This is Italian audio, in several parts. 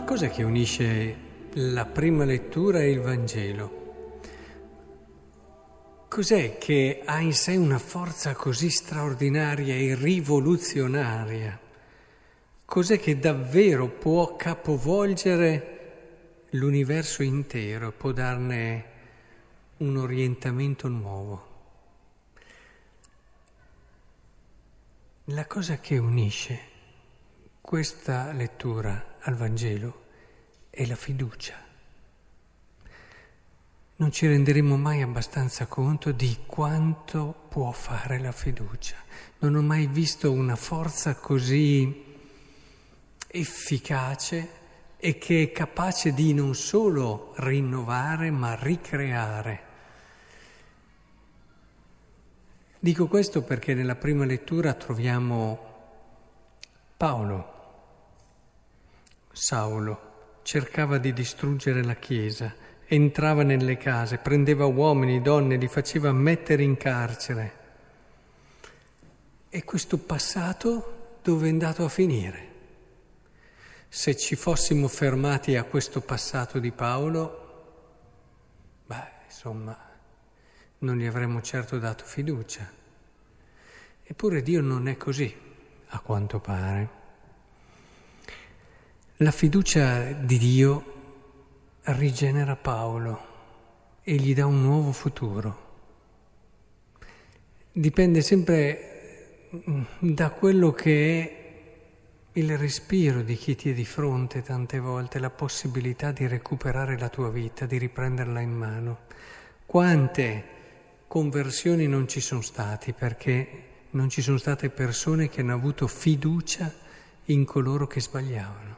cos'è che unisce la prima lettura e il Vangelo? Cos'è che ha in sé una forza così straordinaria e rivoluzionaria? Cos'è che davvero può capovolgere l'universo intero, può darne un orientamento nuovo? La cosa che unisce questa lettura al Vangelo è la fiducia. Non ci renderemo mai abbastanza conto di quanto può fare la fiducia. Non ho mai visto una forza così efficace e che è capace di non solo rinnovare ma ricreare. Dico questo perché nella prima lettura troviamo Paolo. Saulo cercava di distruggere la Chiesa, entrava nelle case, prendeva uomini, donne, li faceva mettere in carcere. E questo passato dove è andato a finire? Se ci fossimo fermati a questo passato di Paolo, non gli avremmo certo dato fiducia. Eppure Dio non è così, a quanto pare. La fiducia di Dio rigenera Paolo e gli dà un nuovo futuro. Dipende sempre da quello che è il respiro di chi ti è di fronte tante volte, la possibilità di recuperare la tua vita, di riprenderla in mano. Quante conversioni non ci sono stati perché non ci sono state persone che hanno avuto fiducia in coloro che sbagliavano.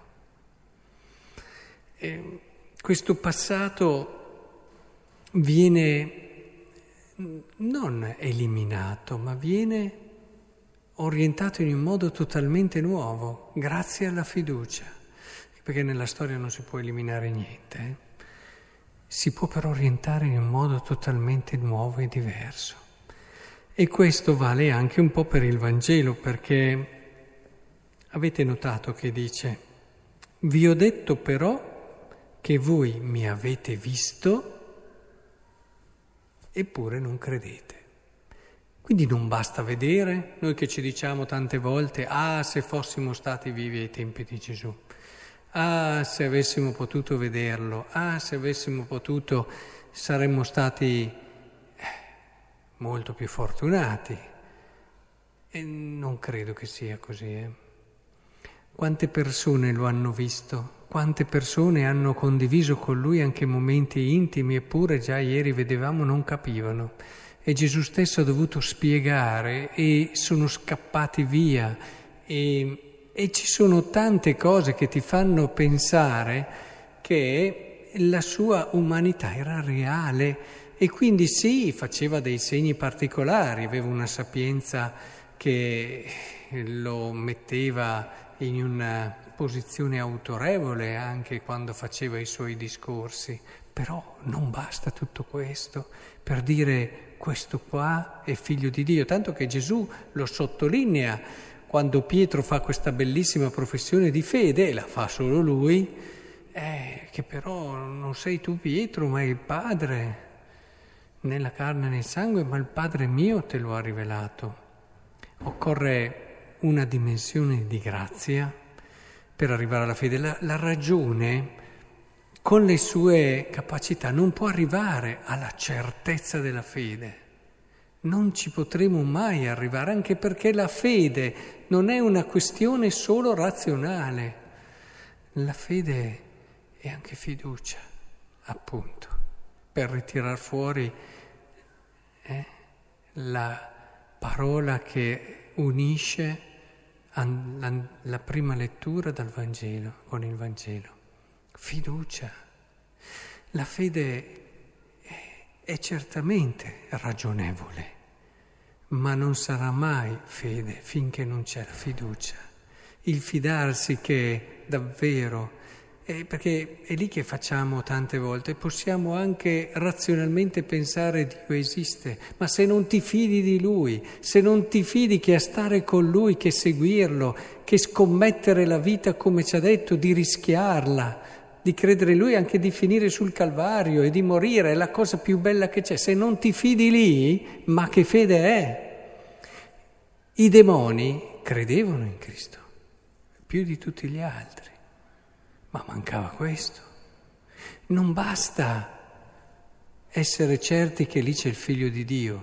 E questo passato viene non eliminato, ma viene orientato in un modo totalmente nuovo, grazie alla fiducia, perché nella storia non si può eliminare niente, Si può però orientare in un modo totalmente nuovo e diverso. E questo vale anche un po' per il Vangelo, perché avete notato che dice: vi ho detto però che voi mi avete visto, eppure non credete. Quindi non basta vedere, noi che ci diciamo tante volte: ah, se fossimo stati vivi ai tempi di Gesù, ah, se avessimo potuto vederlo, ah, se avessimo potuto, saremmo stati molto più fortunati. E non credo che sia così. Quante persone lo hanno visto? Quante persone hanno condiviso con lui anche momenti intimi, eppure già ieri vedevamo non capivano. E Gesù stesso ha dovuto spiegare e sono scappati via. E ci sono tante cose che ti fanno pensare che la sua umanità era reale. E quindi sì, faceva dei segni particolari, aveva una sapienza che lo metteva in una posizione autorevole anche quando faceva i suoi discorsi, però non basta tutto questo per dire questo qua è figlio di Dio, tanto che Gesù lo sottolinea quando Pietro fa questa bellissima professione di fede, e la fa solo lui, che però non sei tu Pietro ma il Padre, né la carne né il sangue, ma il Padre mio te lo ha rivelato. Occorre una dimensione di grazia per arrivare alla fede. La ragione, con le sue capacità, non può arrivare alla certezza della fede. Non ci potremo mai arrivare, anche perché la fede non è una questione solo razionale. La fede è anche fiducia, appunto, per ritirar fuori la parola che unisce la prima lettura dal Vangelo, con il Vangelo. Fiducia. La fede è certamente ragionevole, ma non sarà mai fede finché non c'è la fiducia. Il fidarsi che davvero Perché è lì che facciamo tante volte, possiamo anche razionalmente pensare Dio esiste, ma se non ti fidi di Lui, se non ti fidi che a stare con Lui, che seguirlo, che scommettere la vita come ci ha detto, di rischiarla, di credere in Lui, anche di finire sul Calvario e di morire, è la cosa più bella che c'è. Se non ti fidi lì, ma che fede è? I demoni credevano in Cristo, più di tutti gli altri. Ma mancava questo. Non basta essere certi che lì c'è il Figlio di Dio.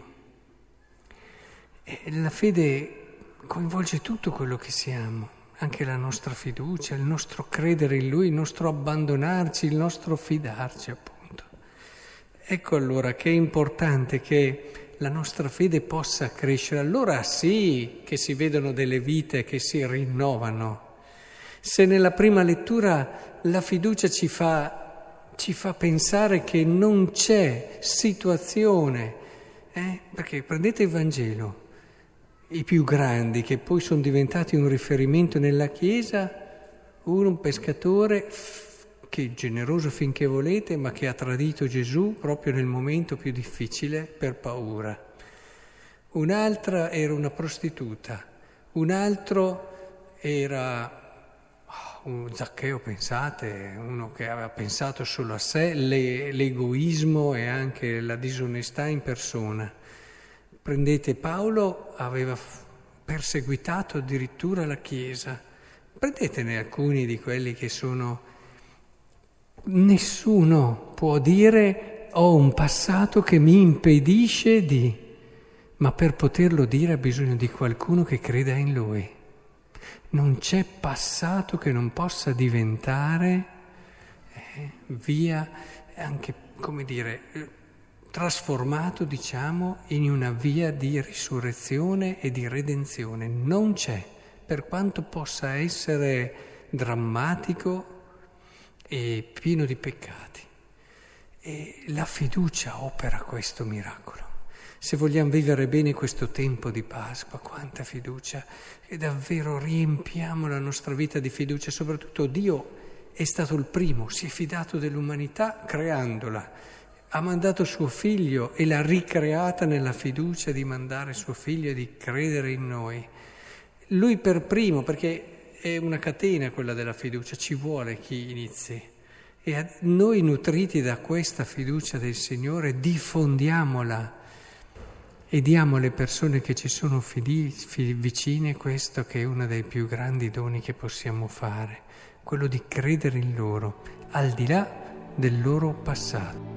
E la fede coinvolge tutto quello che siamo, anche la nostra fiducia, il nostro credere in Lui, il nostro abbandonarci, il nostro fidarci, appunto. Ecco allora che è importante che la nostra fede possa crescere. Allora sì che si vedono delle vite che si rinnovano. Se nella prima lettura la fiducia ci fa pensare che non c'è situazione, perché prendete il Vangelo, i più grandi che poi sono diventati un riferimento nella Chiesa, un pescatore che è generoso finché volete, ma che ha tradito Gesù proprio nel momento più difficile per paura. Un'altra era una prostituta, un altro era un Zaccheo, pensate, uno che aveva pensato solo a sé, l'egoismo e anche la disonestà in persona. Prendete Paolo, aveva perseguitato addirittura la Chiesa. Prendetene alcuni di quelli che sono... Nessuno può dire ho un passato che mi impedisce di... Ma per poterlo dire ha bisogno di qualcuno che creda in lui. Non c'è passato che non possa diventare via, anche, come dire, trasformato, diciamo, in una via di risurrezione e di redenzione. Non c'è, per quanto possa essere drammatico e pieno di peccati. E la fiducia opera questo miracolo. Se vogliamo vivere bene questo tempo di Pasqua, quanta fiducia, e davvero riempiamo la nostra vita di fiducia, soprattutto Dio è stato il primo, si è fidato dell'umanità creandola, ha mandato suo figlio e l'ha ricreata nella fiducia di mandare suo figlio e di credere in noi. Lui per primo, perché è una catena quella della fiducia, ci vuole chi inizi. E noi nutriti da questa fiducia del Signore diffondiamola e diamo alle persone che ci sono vicine questo che è uno dei più grandi doni che possiamo fare, quello di credere in loro, al di là del loro passato.